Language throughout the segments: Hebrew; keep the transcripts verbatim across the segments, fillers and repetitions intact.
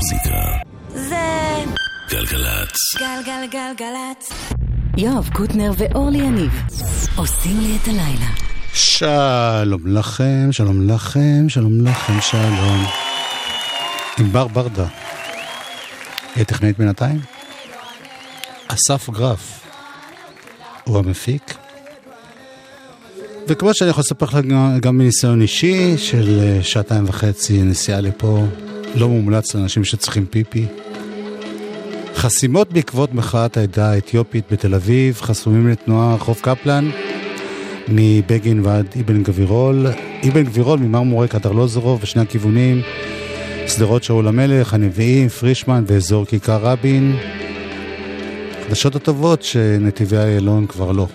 המוזיקה זה גלגלצ. גלגלגלגלצ. יואב קוטנר ואורלי יניב עושים לי את הלילה. שלום לכם, שלום לכם, שלום לכם, שלום. עם בר ברדה. היא טכנית בינתיים. אסף גרף. הוא המפיק. וכמו שאני יכול לספר לך גם מניסיון אישי של שעתיים וחצי נסיעה לפה, לא מומלץ לאנשים שצריכים פיפי. חסימות בעקבות מחאת העדה האתיופית בתל אביב, חסומים לתנועה רחוב קפלן, מבגין ועד אבן גבירול, אבן גבירול ממרמורק עד ארלוזורוב ושני הכיוונים, סדרות שאול המלך, הנביאים, פרישמן ואזור כיכר רבין. חדשות הטובות שנתיבי איילון כבר לא.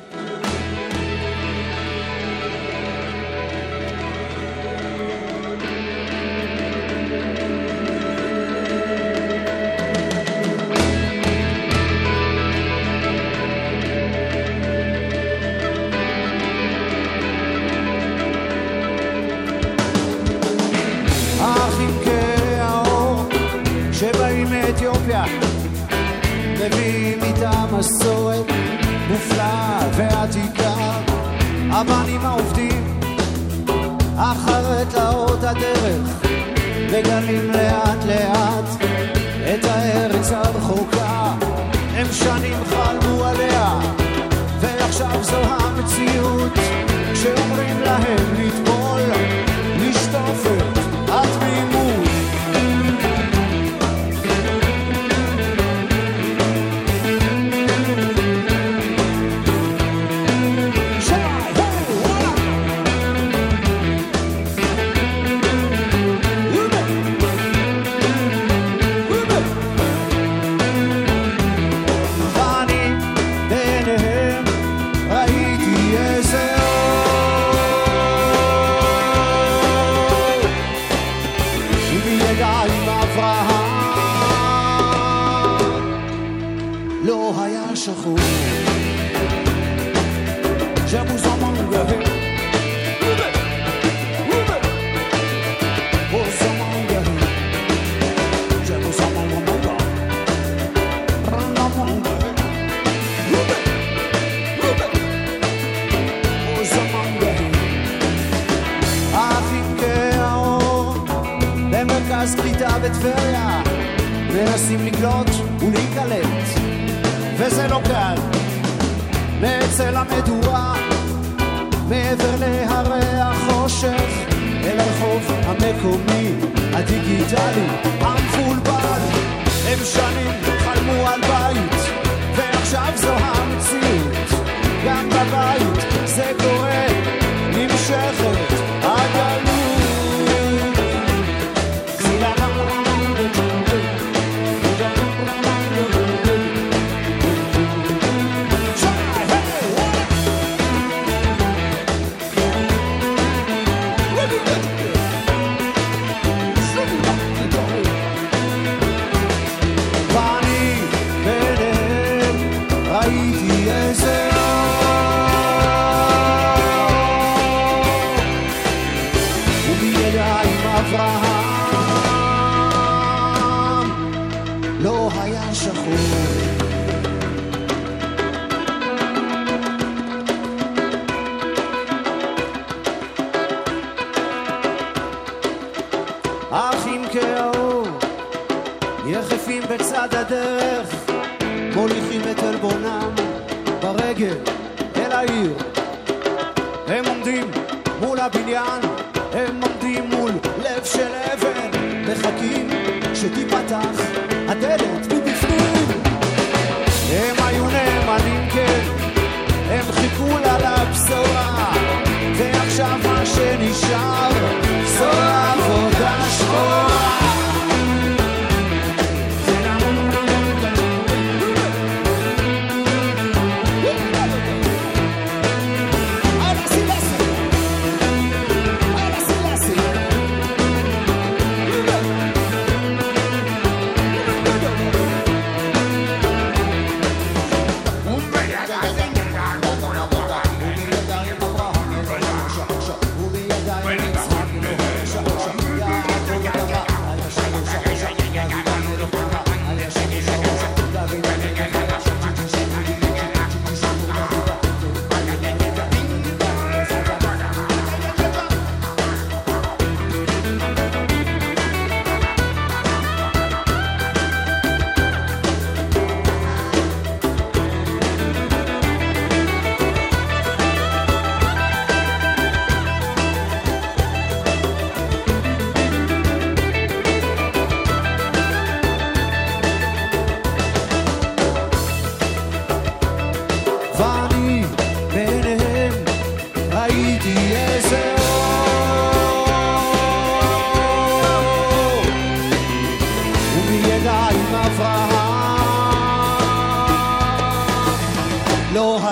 When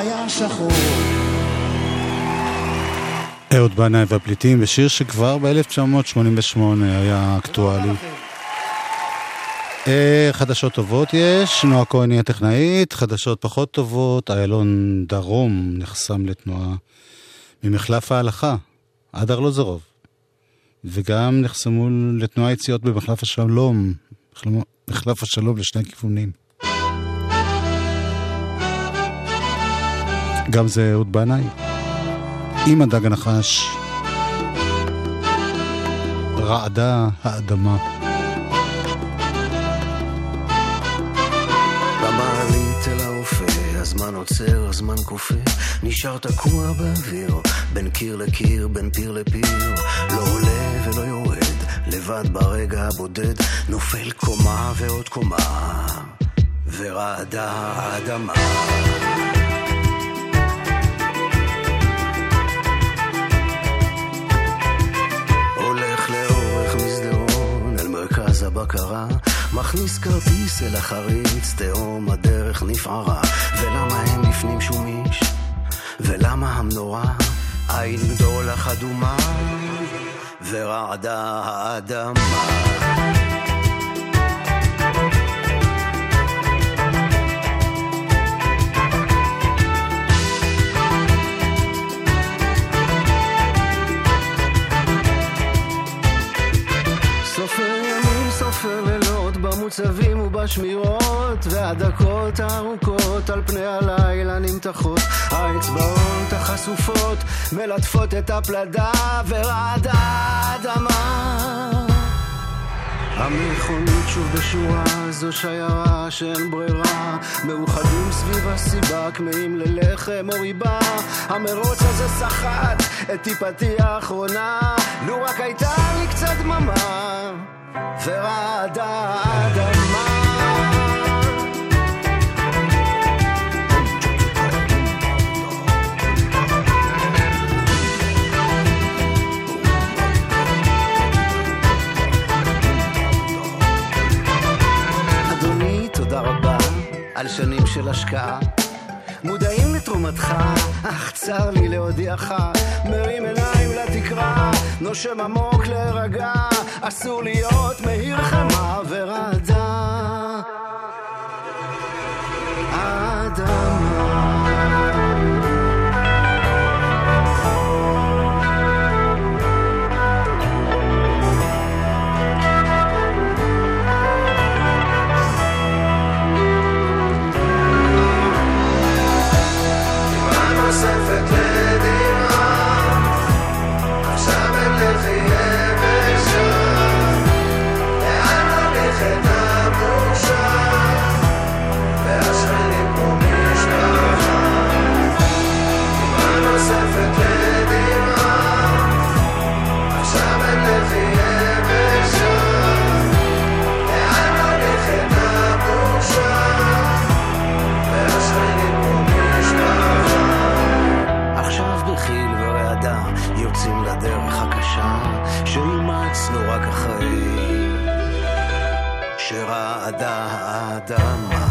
היה שחור. אהוד בנאי והפליטים, בשיר שכבר ב-אלף תשע מאות שמונים ושמונה היה אקטואלי. חדשות טובות יש, נועה כהן היא הטכנאית, חדשות פחות טובות, איילון דרום נחסם לתנועה ממחלף ההלכה עד ארלוזורוב, וגם נחסמו לתנועה יציאות במחלף השלום, מחלף השלום לשני כיוונים. גם זה אהוד בנאי עם הדג הנחש, רעדה האדמה. במעלית אל האופה, הזמן עוצר, הזמן קופה, נשאר תקוע באוויר, בין קיר לקיר, בין פיר לפיר, לא עולה ולא יורד, לבד ברגע הבודד, נופל קומה ועוד קומה, ורעדה האדמה. הבקרה, מכניס כרטיס אל החריץ, תאום הדרך נפערה, ולמה הם לפנים שומיש, ולמה המנורה, עין גדולה חדומה, ורעדה האדמה. במוצבים ובשמירות, והדקות הארוכות על פני הלילה נמתחות, האצבעות החשופות מלטפות את הפלדה, ורעדה האדמה. המכונית שוב בשורה, זו שיירה שאין ברירה, מאוחדים סביב הסיבה, כמאים ללחם או ריבה, המרוץ הזה שחט את טיפתי האחרונה, לו רק הייתה לי קצת דממה, ורעדה האדמה. אדוני, תודה רבה על שנים של השקעה, מודעים לתרומתך, אך צר לי להודיעך, מרים עיניים לתקרה, נושם עמוק להירגע, אסור להיות מהיר חמה, ורעדה האדמה. נוספת לדמעה, עכשיו אין לכי יבשה, לאן הולכת הבושה, והשכנים פה משפחה. דמעה נוספת לדמעה, עכשיו אין לכי יבשה, לאן הולכת הבושה, והשכנים פה משפחה. עכשיו בחיל ורעדה יוצאים לדרך הקשה, שאימצנו רק אחרי שרעדה האדמה.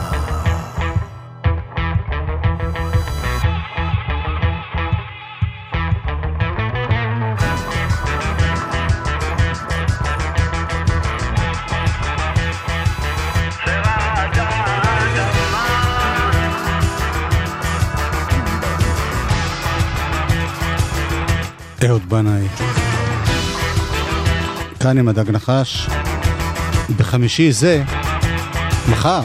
אהוד בנאי כאן עם הדג נחש. בחמישי זה מחר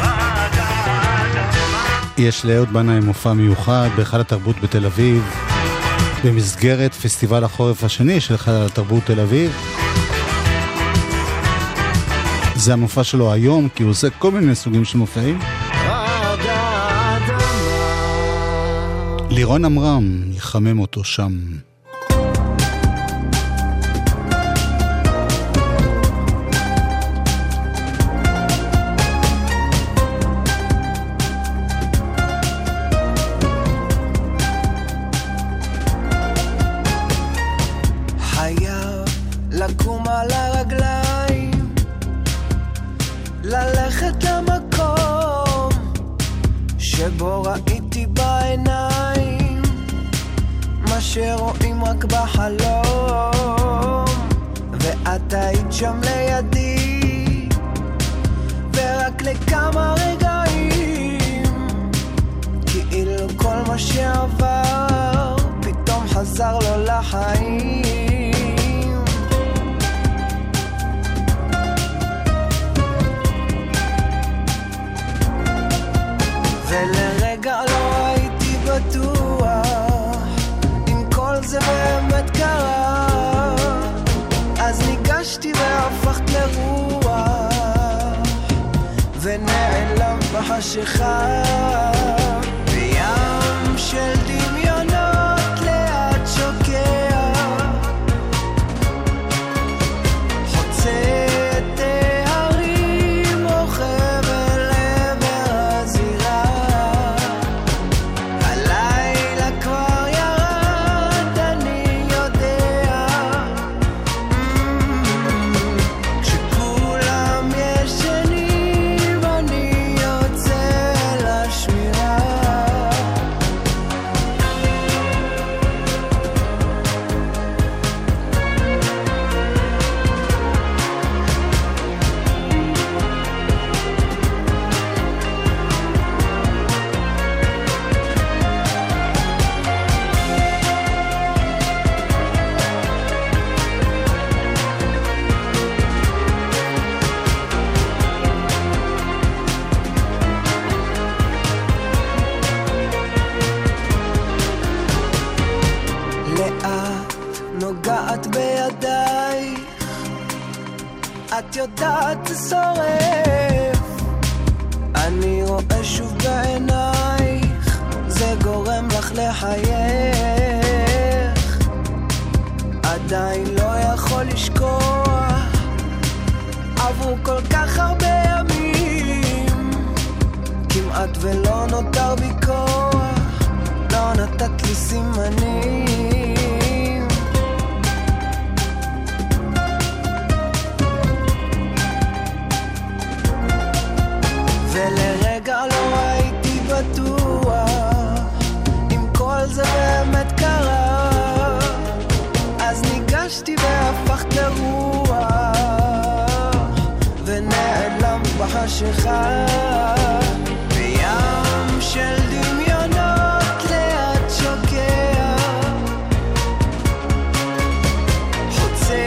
יש לאהוד בנאי מופע מיוחד בהיכל התרבות בתל אביב, במסגרת פסטיבל החורף השני של היכל התרבות תל אביב. זה המופע שלו היום, כי הוא עושה כל מיני סוגים של מופעים. לירון אמרם יחמם אותו שם. לקום על הרגליים, ללכת למקום שבו ראיתי בעיניים מה שרואים רק בחלום, ואת היית שם לידי ורק לכמה רגעים כאילו כל מה שעבר פתאום חזר לו לחיים. ולרגע לא הייתי בטוח אם כל זה באמת קרה, אז ניגשתי והפכת לרוח ונעלם בחשיכה בים של דמיונות לאט שוקע חוצה את יודעת זה שורף, אני רואה שוב בעינייך, זה גורם לך לחייך, עדיין לא יכול לשכוח, עברו כל כך הרבה ימים, כמעט ולא נותר בי כוח, לא נתת לי סימנים. ולרגע לא הייתי בטוח אם כל זה באמת קרה, אז ניגשתי והפכת לרוח ונעלם בחשיכה בים של דמיונות לאט שוקע חוצה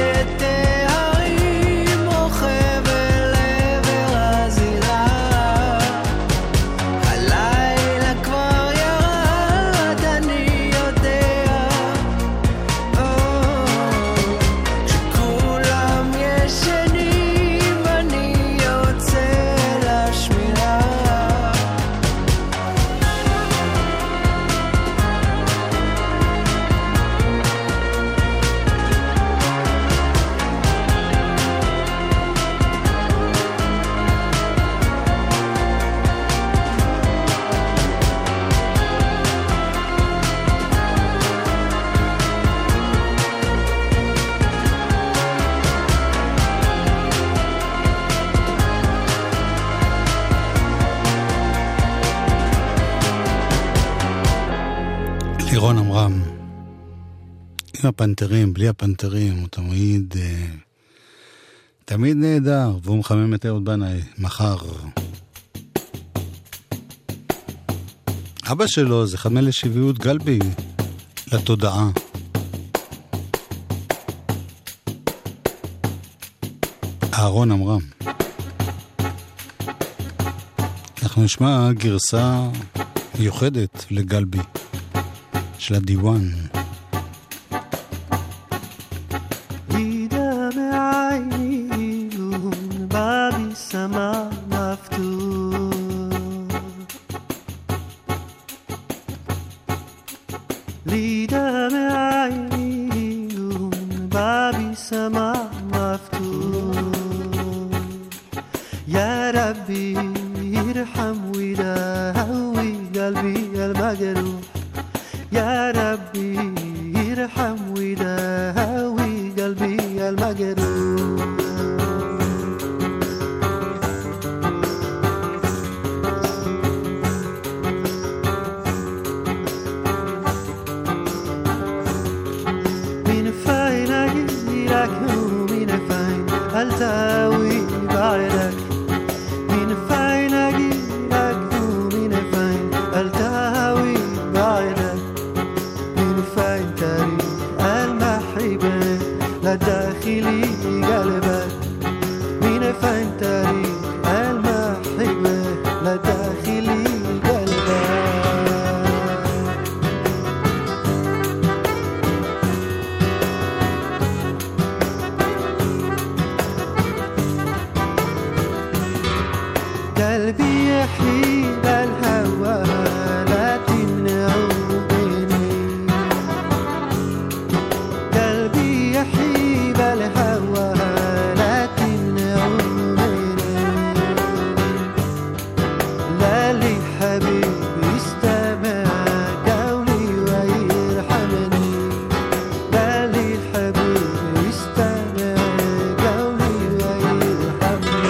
לירון אמרם, עם הפנתרים, בלי הפנתרים, הוא תמיד, תמיד נהדר, והוא מחמם את אהוד בנאי, מחר. אבא שלו זה חמל לשביות גלבי, לתודעה. אהרון אמרם. אנחנו נשמע גרסה מיוחדת לגלבי. של הדיוואן. דידה מעייני עילון בבי סמה מפתור לידה מעייני עילון בבי סמה מפתור יא רבי ירחם וידאווי قلبي المجروح يا ربي ارحم وداوي قلبي المجروح. يحيب الهوى لا تمنعوا بيني قلبي يحيب الهوى لا تمنعوا بيني لا لي حبيبي استمع قولي ويرحمني لا لي حبيبي استمع قولي ويرحمني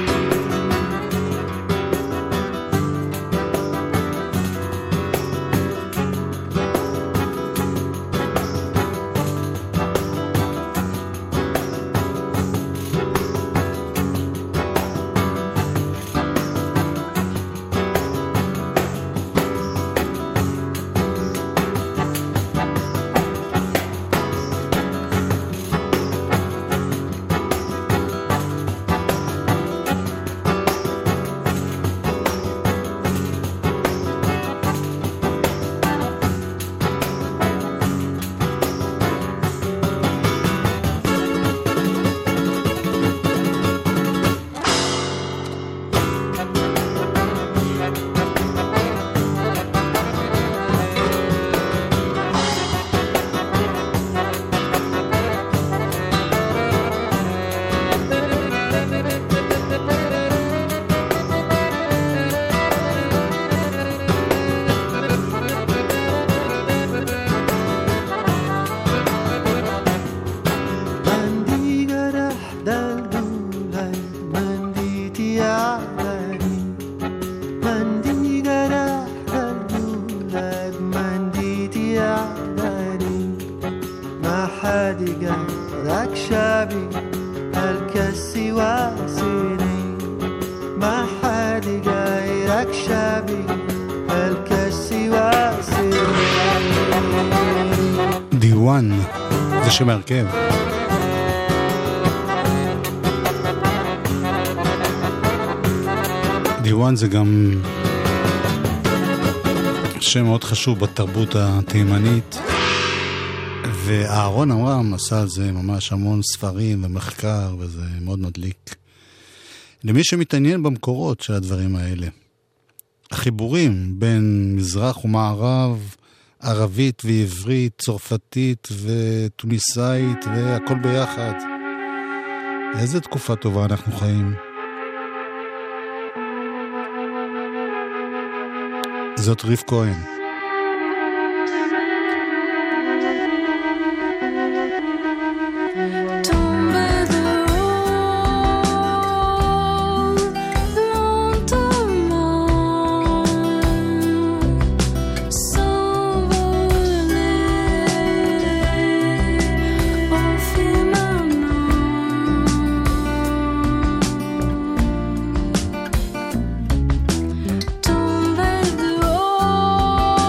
مندي جرح دلدولي مندي تيعلاني مندي جرح دلدولي مندي تيعلاني ما حد جرك شابي الكسي واسيني ما حد جرك شابي الكسي واسيني דיוואן, זה שם הרכב. דיוואן זה גם שם מאוד חשוב בתרבות התימנית, ואהרון אמרם עשה על זה ממש המון ספרים ומחקר, וזה מאוד מדליק למי שמתעניין במקורות של הדברים האלה. החיבורים בין מזרח ומערב, ערבית ועברית, צרפתית וטוניסאית והכל ביחד. איזה תקופה טובה אנחנו חיים. זאת ריף כהן. Tomber dehors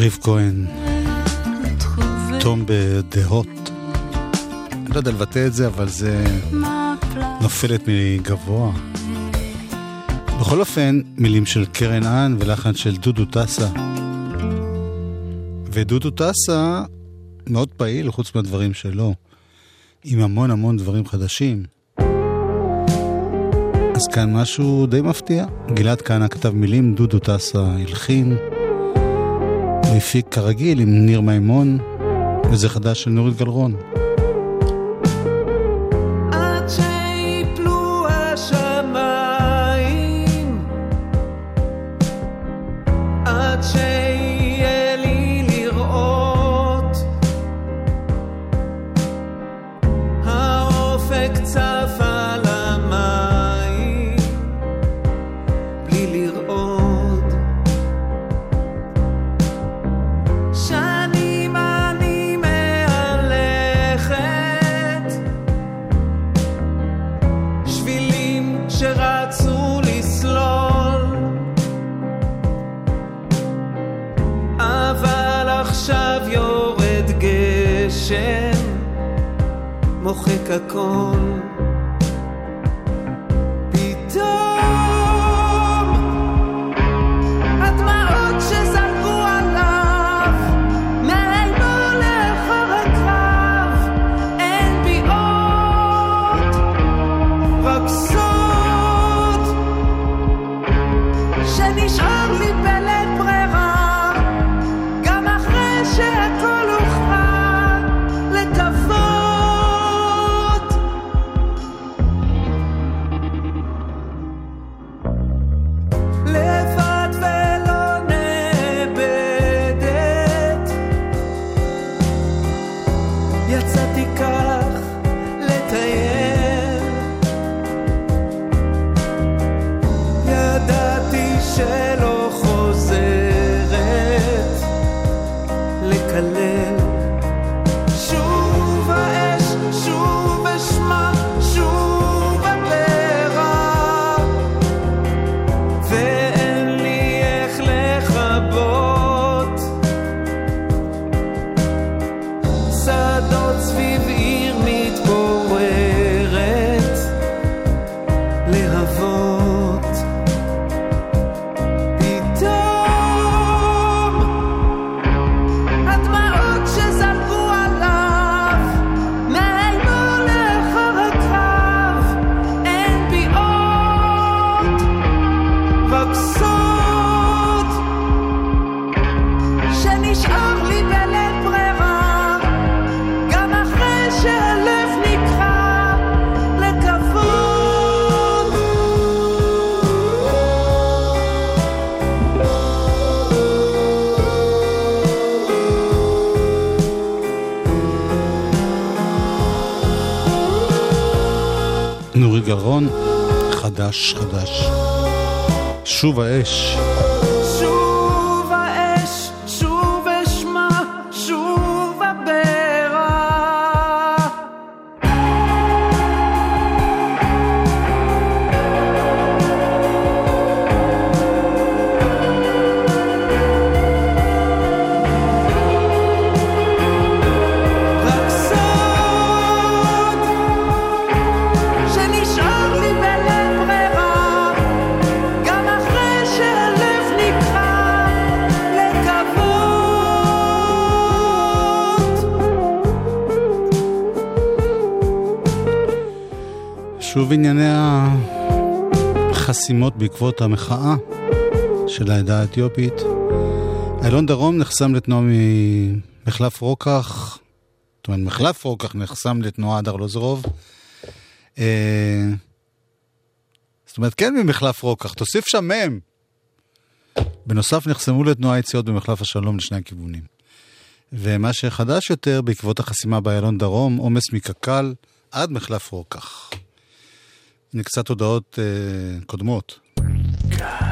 יריב כהן, תום בדהות. אני לא יודע לבטא את זה, אבל זה נופלת מגבוה. בכל אופן, מילים של קרן אן ולחן של דודו טסה. ודודו טסה מאוד פעיל, חוץ מהדברים שלו, עם המון המון דברים חדשים. אז כאן משהו די מפתיע. גלעד כהנא כתב מילים, דודו טסה הלחין, והפיק כרגיל עם ניר מימון, וזה חדש של נורית גלרון. עד שיפלו השמיים, עד שיהיה לי לראות האופק צף על המים בלי לראות שנים אני מהלכת שבילים שרצו לסלול, אבל עכשיו יורד גשם מוחק הכל. פתאום הדמעות שזלגו עליו נעלמו לאחר הקרב, אין בי עוד רק סוד שנשאר לי בלית ברירה, גם אחרי שהכל הוכרע, לקוות לבד ולא נאבדת. יצאתי כך לטייל, ידעתי שלא חוזרת לקלל. שוב האש, שוב אשמה, שוב הברה, ואין לי איך לכבות שדות סביב עיר מתפוררת להבות. פתאום הדמעות שזלגו עליו נעלמו לאחר הקרב, אין בי עוד רק סוד שנשאר לי בלית ברירה, גם אחרי שהלב נקרע, לקוות. נורית גלרון, חדש חדש. שוב האש. שוב האש, שוב אשמה, שוב הברה. רק סוד שנשאר לי בלית ברירה, גם אחרי שהלב נקרע, לקוות. שוב ענייני החסימות בעקבות המחאה של העדה האתיופית. איילון דרום נחסם לתנועה ממחלף רוקח, זאת אומרת מחלף רוקח נחסם לתנועה עד ארלוזורוב. אה, זאת אומרת כן ממחלף רוקח, תוסיף שם מם. בנוסף נחסמו לתנועה יציאות במחלף השלום לשני הכיוונים. ומה שחדש יותר, בעקבות החסימה באיילון דרום, עומס מקקל עד מחלף רוקח. הנה קצת הודעות אה, קודמות.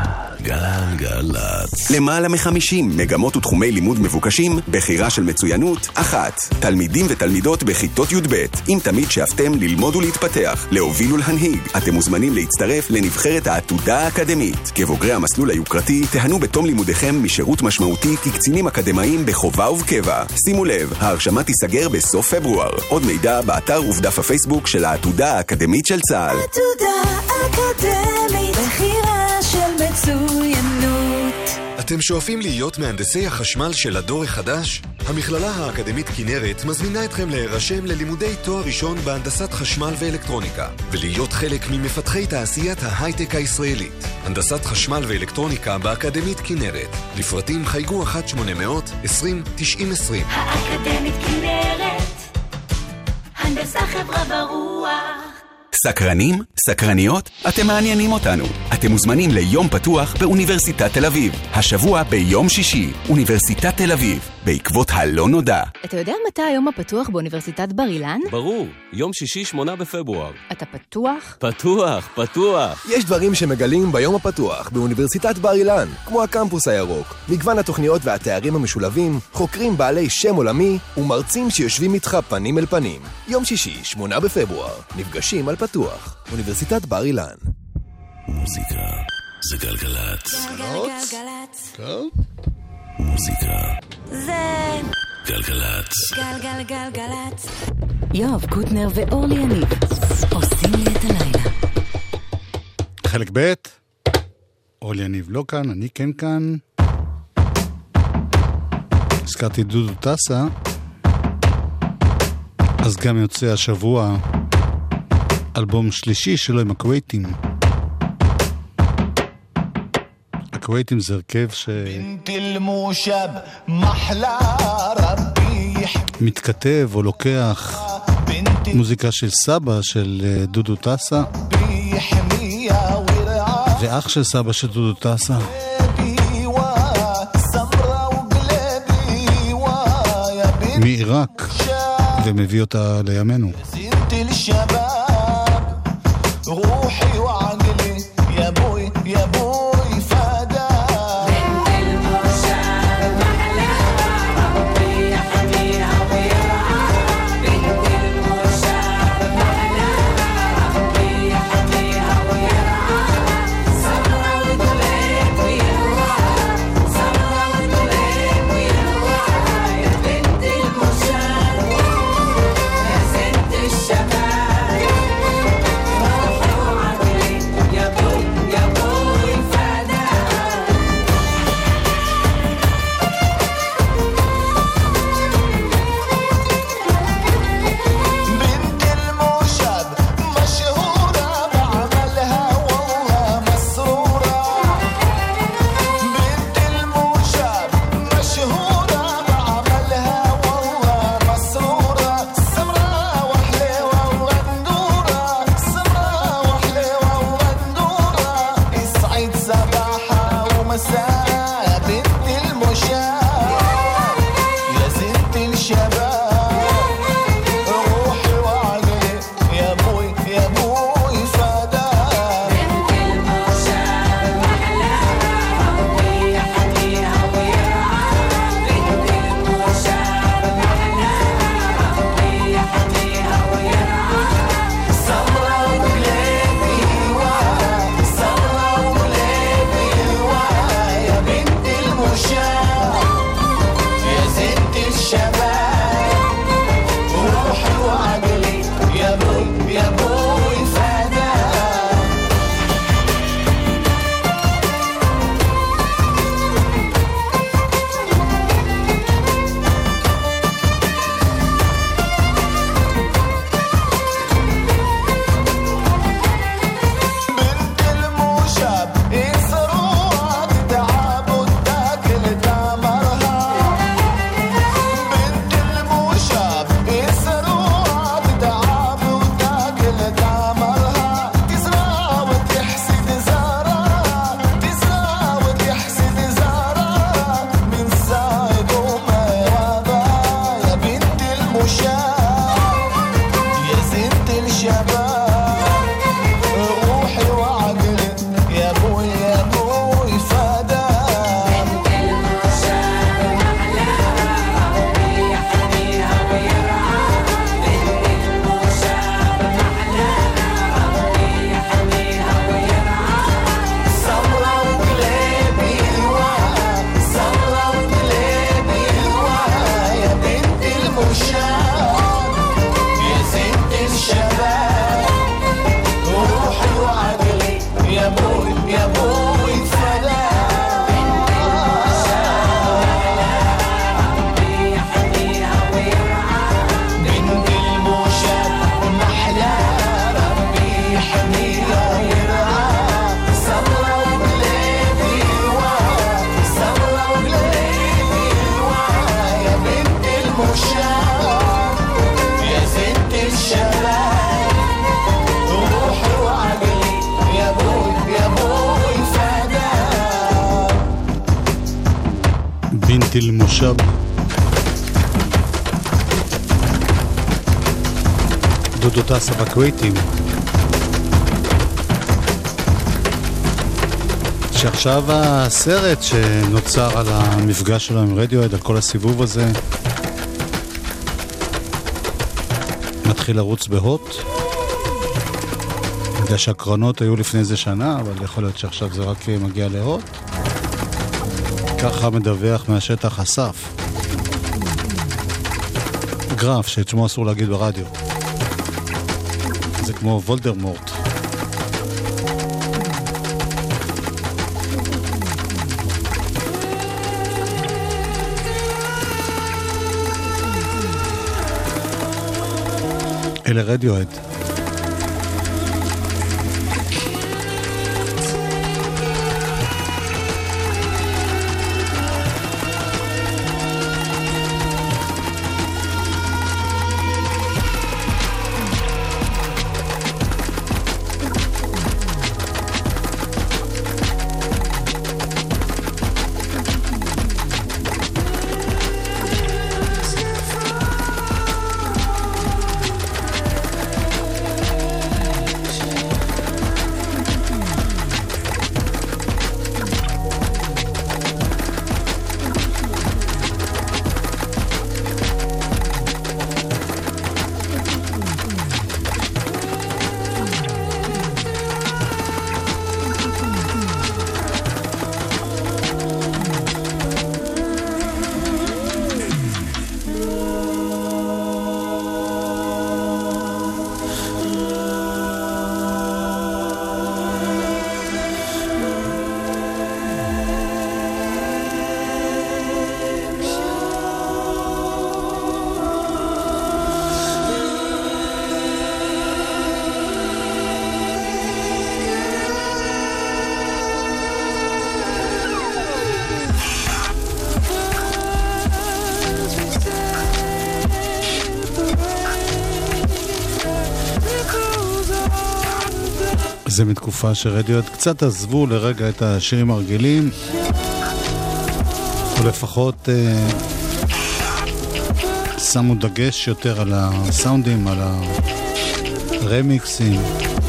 גלגלצ. למעלה מחמישים מגמות ותחומי לימוד מבוקשים, בחירה של מצוינות אחת. תלמידים ותלמידות בכיתות י' ב', אם תמיד שאפתם ללמוד ולהתפתח, להוביל ולהנהיג. אתם מוזמנים להצטרף לנבחרת העתודה האקדמית. כבוגרי המסלול היוקרתי, תהנו בתום לימודיכם משירות משמעותי כקצינים אקדמיים בחובה ובקבע. שימו לב, ההרשמה תיסגר בסוף פברואר. עוד מידע באתר ובדף הפייסבוק של העתודה האקדמית של צה"ל. עתודה אקדמית, בחירה של מצוינות. אתם שואפים להיות מהנדסי החשמל של הדור החדש? המכללה האקדמית כנרת מזמינה אתכם להירשם ללימודי תואר ראשון בהנדסת חשמל ואלקטרוניקה, ולהיות חלק ממפתחי תעשיית ההייטק הישראלית. הנדסת חשמל ואלקטרוניקה באקדמית כנרת. לפרטים חייגו אחת שמונה אפס אפס עשרים תשעים עשרים. האקדמית כנרת, הנדסה חברה ברוח. סקרנים? סקרניות? אתם מעניינים אותנו. אתם מוזמנים ליום פתוח באוניברסיטת תל אביב. השבוע ביום שישי, אוניברסיטת תל אביב, בעקבות הלא נודע. אתה יודע מתי היום הפתוח באוניברסיטת בר אילן? ברור, יום שישי שמונה בפברואר. אתה פתוח? פתוח, פתוח. יש דברים שמגלים ביום הפתוח באוניברסיטת בר אילן, כמו הקמפוס הירוק, מגוון התוכניות והתארים המשולבים, חוקרים בעלי שם עולמי ומרצים שיושבים איתך פנים אל פנים. יום שישי, שמונה בפברואר, נפגשים על פתוח. אוניברסיטת בר אילן. מוזיקה זה גלגלצ. גלגלגלגלצ. מוזיקה זה גלגלצ. גלגלגלגלצ. יואב קוטנר ואורלי יניב עושים לי את הלילה. חלק ב', אורלי יניב לא כאן, אני כן כאן. הזכרתי דודו טסה, אז גם יוצא השבוע אלבום שלישי שלו עם הקווייטים. הקווייטים זה הרכב שמתכתב או לוקח מוזיקה של סבא של דודו טסה ואח של סבא של דודו טסה מעיראק ומביא אותה לימינו. روحي وعقلي يا بوي يا بوي فدا بنت المشاب محلاها ربي يحميها ويرعاها بنت المشاب محلاها ربي يحميها ويرعاها صبرا وطلعت ويرواها صبرا وطلعت ويرواها يا بنت المشاب يا ست الشباب תיל מושב. דודו טסה בקוויטים. שעכשיו הסרט שנוצר על המפגש שלו עם רדיואד, על כל הסיבוב הזה, מתחיל לרוץ בהוט. אני יודע שהקרנות היו לפני איזה שנה, אבל יכול להיות שעכשיו זה רק מגיע להוט. ככה מדווח מהשטח אסף. גרף, שאת שמו אסור להגיד ברדיו. זה כמו וולדרמורט. אלה רדיואד. זה מתקופה שרדיואד קצת עזבו לרגע את השירים הרגילים, או לפחות אה, שמו דגש יותר על הסאונדים, על הרמיקסים.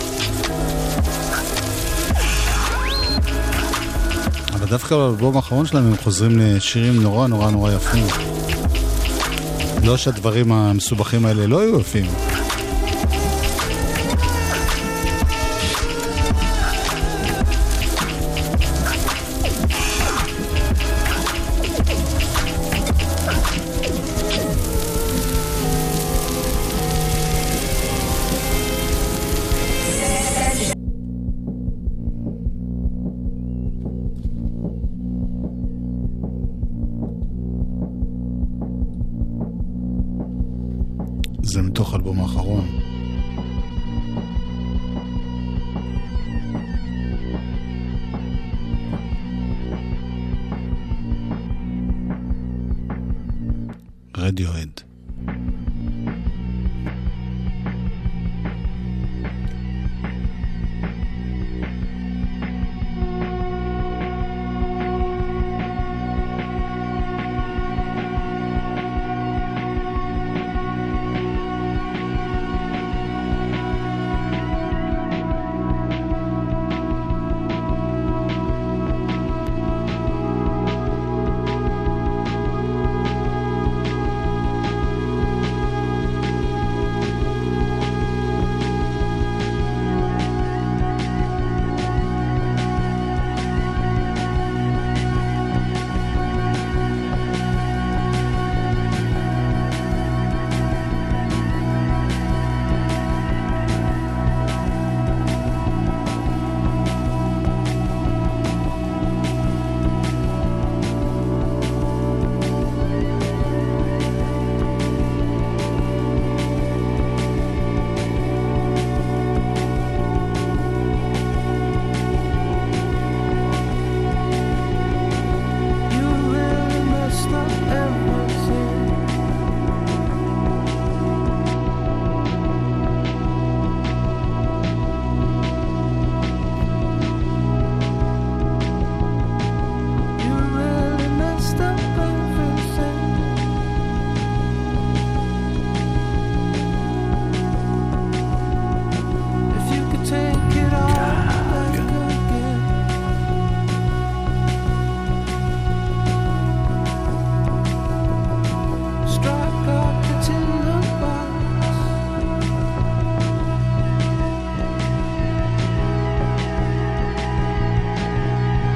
אבל דווקא באלבום האחרון שלהם הם חוזרים לשירים נורא נורא נורא יפים. לא שהדברים המסובכים האלה לא היו יפים. זה מתוך אלבום האחרון. רדיואד.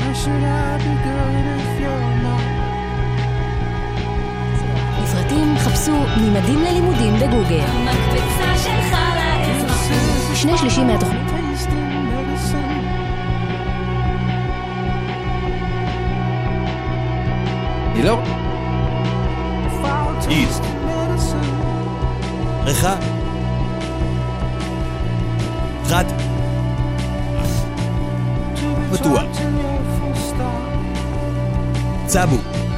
should I be good if you're not? לפרטים חפשו ממדים ללימודים בגוגל. מקפצה שלך לאזרחות. שני שלישים מהתוכנית. Hello? East. ריחה. חד. פתוח. צבו.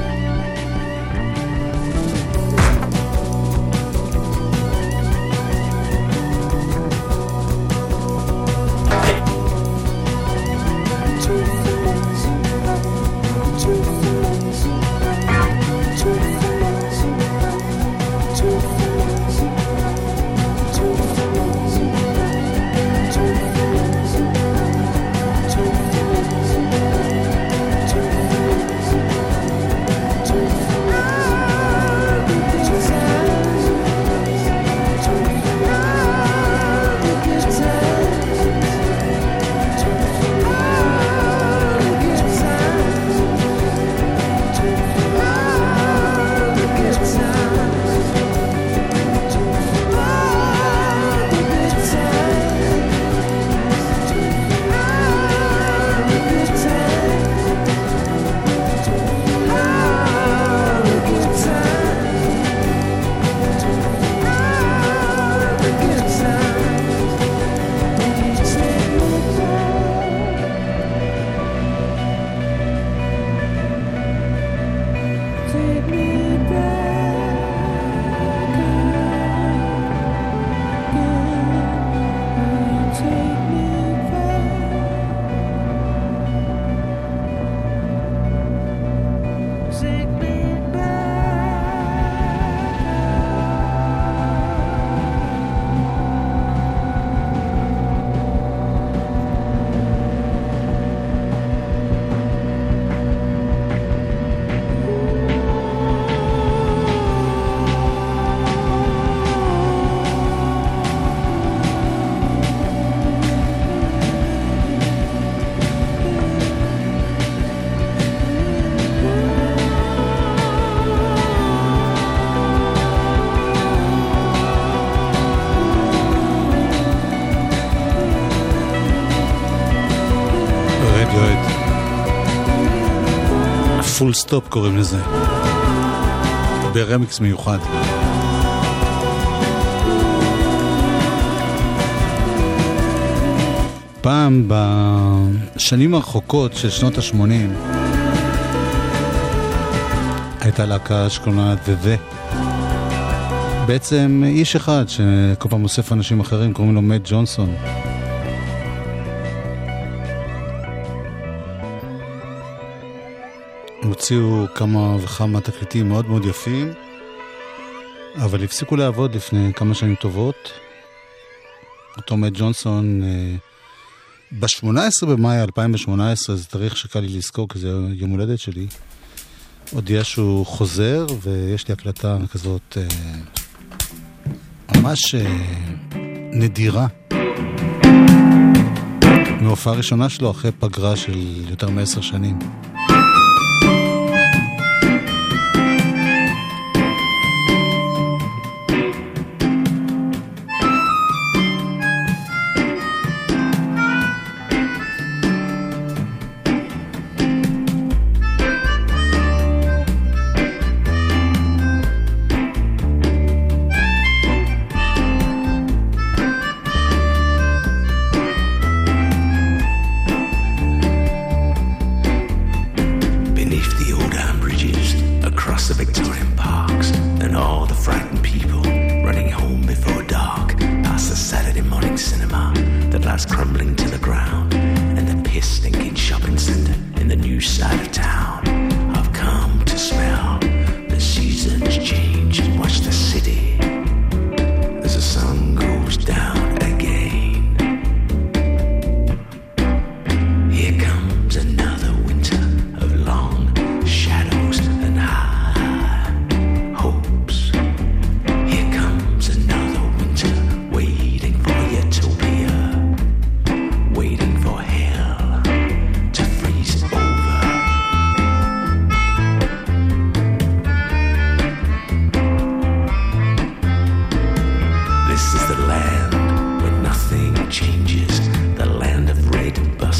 פול סטופ קוראים לזה, ברמיקס מיוחד. פעם בשנים הרחוקות של שנות ה-שמונים הייתה להקה שקוראים לה The. בעצם איש אחד שכל פעם אוסף אנשים אחרים, קוראים לו מאט ג'ונסון. הוציאו כמה וכמה תקליטים מאוד מאוד יפים, אבל הפסיקו לעבוד לפני כמה שנים טובות. אותו מאט ג'ונסון ב-שמונה עשרה במאי אלפיים ושמונה עשרה, זה תאריך שקל לי לזכור כי זה יום הולדת שלי, הודיע שהוא חוזר, ויש לי הקלטה כזאת ממש נדירה מהופעה ראשונה שלו אחרי פגרה של יותר מעשר שנים.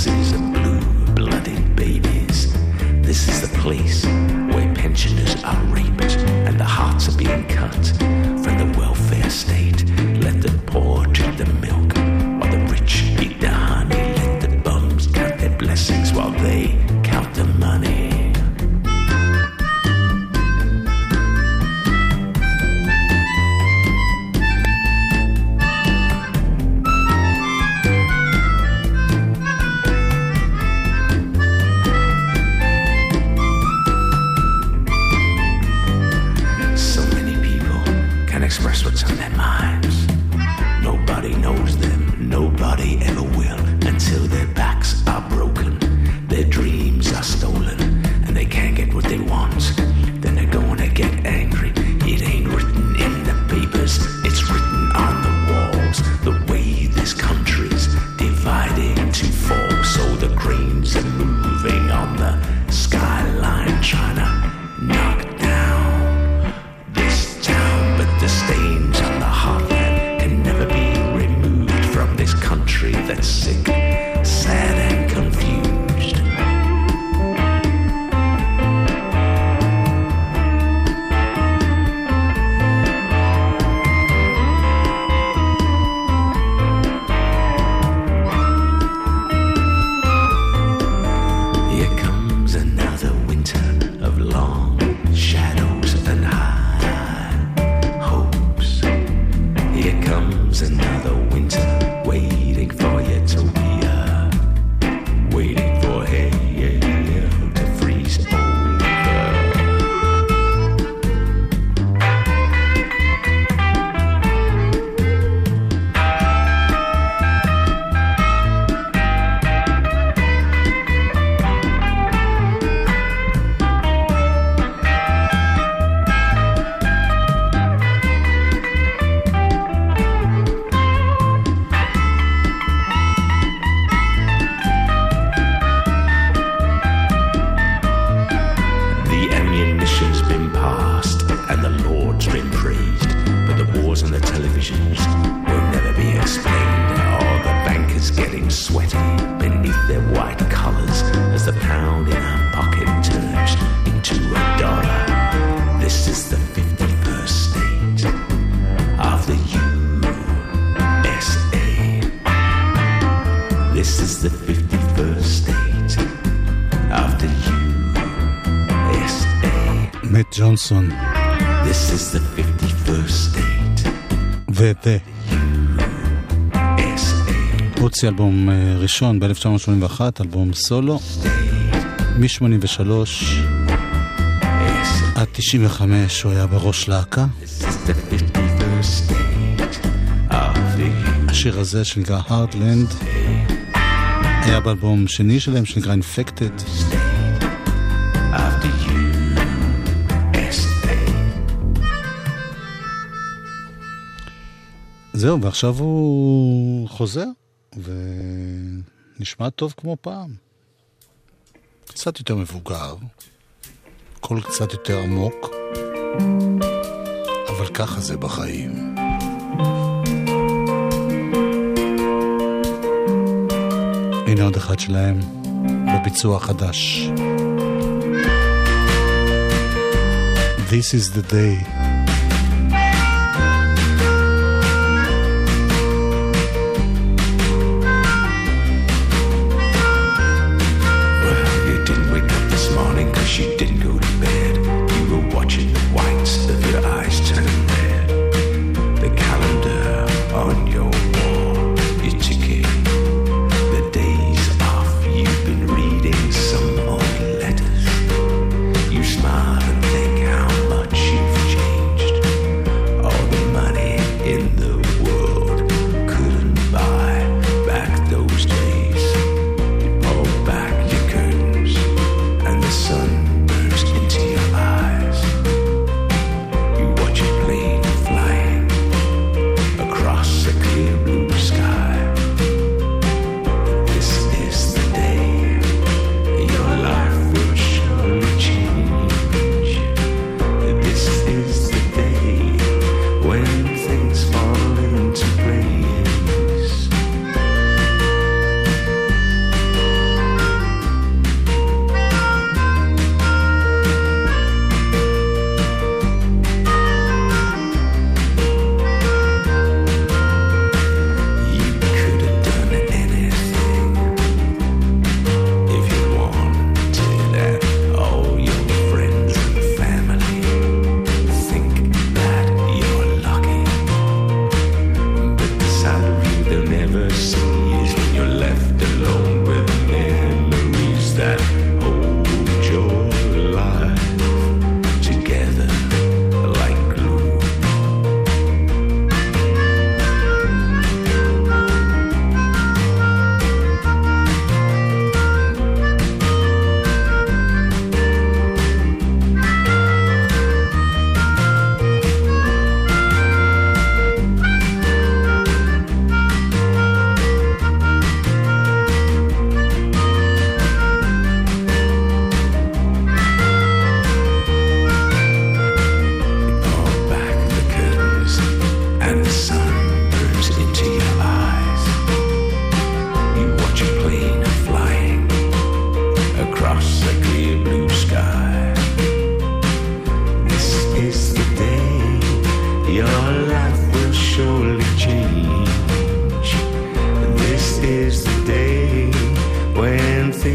masses of blue-blooded babies. This is the place where pensioners are raped and the hearts are being cut from the welfare state. Let the poor drink the milk while the rich eat the honey. Let the bums count their blessings while they count the money. Express what's on their minds. Nobody knows them, nobody ever will, until their backs are broken, their dreams are stolen, and they can't get what they want. Then they're gonna get angry. It ain't written in the papers, it's written on the walls. The way this country's dividing to fall. So the cranes are moving on the skyline, trying to knock down this town. But the stains on the heartland can never be removed from this country that's sick, sad and confused. Here comes another winter of long shadows and high hopes. Here comes another winter waiting for utopia, waiting for hell to freeze over. The ammunition's been passed and the Lord's been praised, but the wars on the televisions will never be explained. All the bankers getting sweaty beneath their white collars as the pound in our pocket turns into a dollar. This is the fifty-first state of the U S A. This is the fifty-first state of the U S A. מת ג'ונסון. This is the fifty-first state. וזה. הוציא אלבום ראשון ב-אלף תשע מאות שמונים ואחת, אלבום סולו, מ-שמונים ושלוש עד תשעים וחמש הוא היה בראש להקה. השיר הזה שנקרא Heartland היה באלבום שני שלהם שנקרא Infected. זהו, ועכשיו הוא חוזר ונשמע טוב כמו פעם. קצת יותר מבוגר, קול קצת יותר עמוק, אבל ככה זה בחיים. הנה עוד אחד שלהם בביצוע חדש. This is the day. She didn't go to bed. You were watching the whites of your eyes turn red. The calendar on your wall is ticking. The days off. You've been reading some old letters. You smile and think how much you've changed.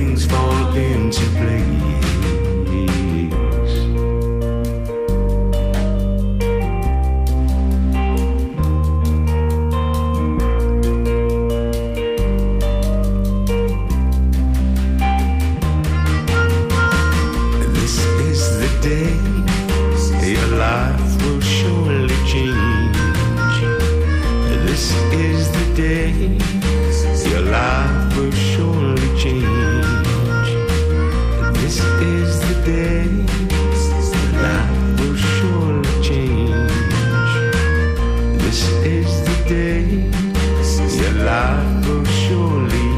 things fall into place. This is the day your life will surely change. This is the day your life will surely change. This is the day your life will surely change. This is the day your life will surely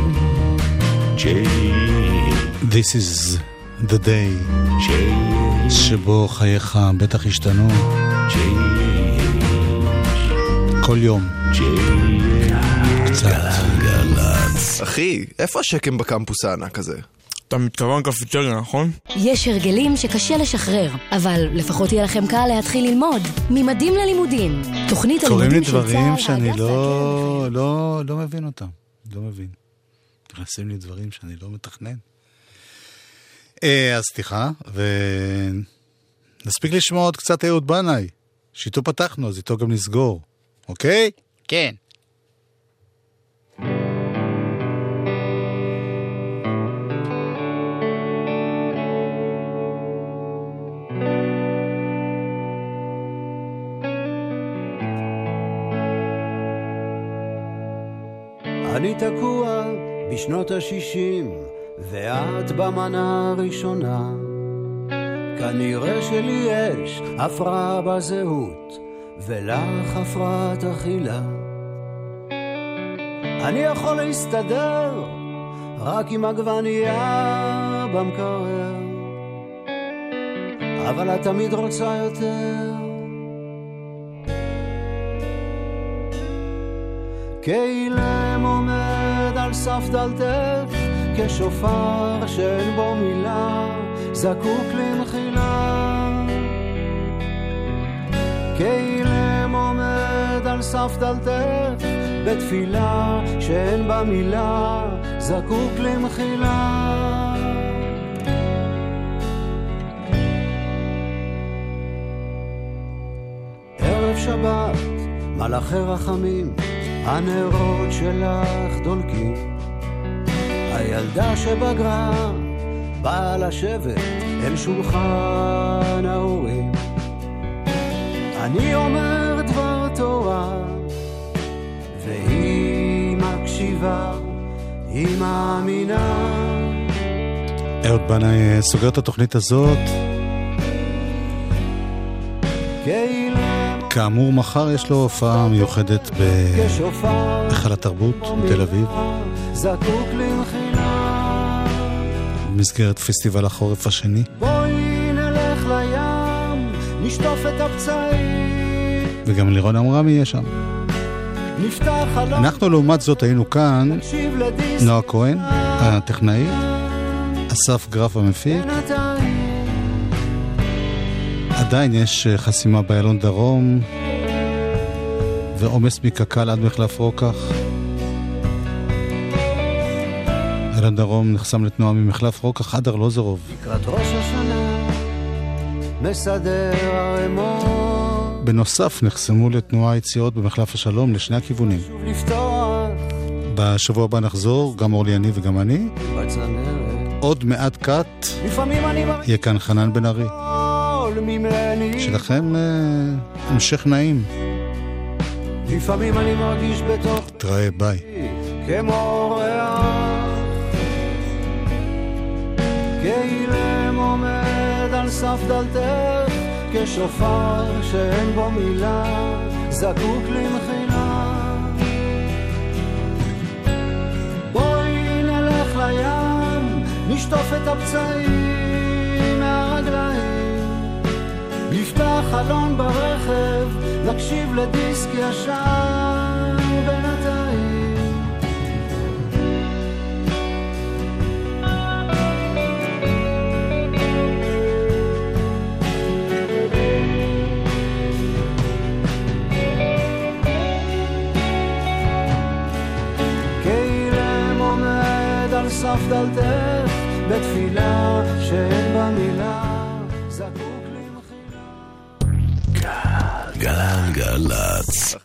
change. This is the day שבו חייך בטח השתנו כל יום קצת. אחי, איפה השקם בקמפוס הענק הזה? אתה מתכוון קפיטריה, נכון? יש הרגלים שקשה לשחרר, אבל לפחות יהיה לכם קל להתחיל ללמוד. ממדים ללימודים. תוכנית הלימודים של צה"ל. קוראים לי דברים שאני לא, לא, לא מבין אותם. לא מבין. נכנסים לי דברים שאני לא מתכנן. אז סליחה, ונספיק לשמוע עוד קצת אהוד בנאי. שאיתו פתחנו, אז איתו גם נסגור. אוקיי? כן. אני תקוע בשנות השישים ואת במנה הראשונה. כנראה שלי יש הפרעה בזהות ולך הפרעת אכילה. אני יכול להסתדר רק עם עגבנייה במקרר, אבל את תמיד רוצה יותר. כאילם עומד על סף דלתך, כשופר שאין בו מילה, זקוק למחילה. כאילם עומד על סף דלתך, בתפילה שאין בה מילה, זקוק למחילה. ערב שבת, מלאכי רחמים, הנרות שלך דולקים. הילדה שבגרה באה לשבת אל שולחן ההורים. אני אומר דבר תורה והיא מקשיבה, היא מאמינה. אהוד בנאי סוגר את התוכנית הזאת. כאמור, מחר יש לו הופעה מיוחדת בהיכל התרבות בתל אביב, במסגרת פסטיבל החורף השני. בואי נלך לים, נשטוף את הפצעים. וגם לירון אמרמי יהיה שם. נפתח חלום. אנחנו לעומת זאת היינו כאן, נועה כהן הטכנאי, אסף גרף המפיק. עדיין יש חסימה באיילון דרום ועומס מקקל עד מחלף רוקח. איילון דרום נחסם לתנועה ממחלף רוקח עד ארלוזורוב. לקראת ראש השנה מסדר הרמון. בנוסף נחסמו לתנועה יציאות במחלף השלום לשני הכיוונים. בשבוע הבא נחזור, גם אורלי יניב וגם אני. עוד מעט קאט יהיה כאן חנן בן ארי. שלכם המשך נעים. לפעמים אני מרגיש בתוך תראה, ביי. כמו ריח, כאילם עומד על סף דלתך, כשופר שאין בו מילה, זקוק למחילה. בואי נלך לים, נשטוף את הפצעים מהרגליים, נפתח חלון ברכב, נקשיב לדיסק ישן בינתיים. כאילם עומד על סף דלתך, בתפילה שאין בה מילה, זקוק לי מחילה. גלגלצ.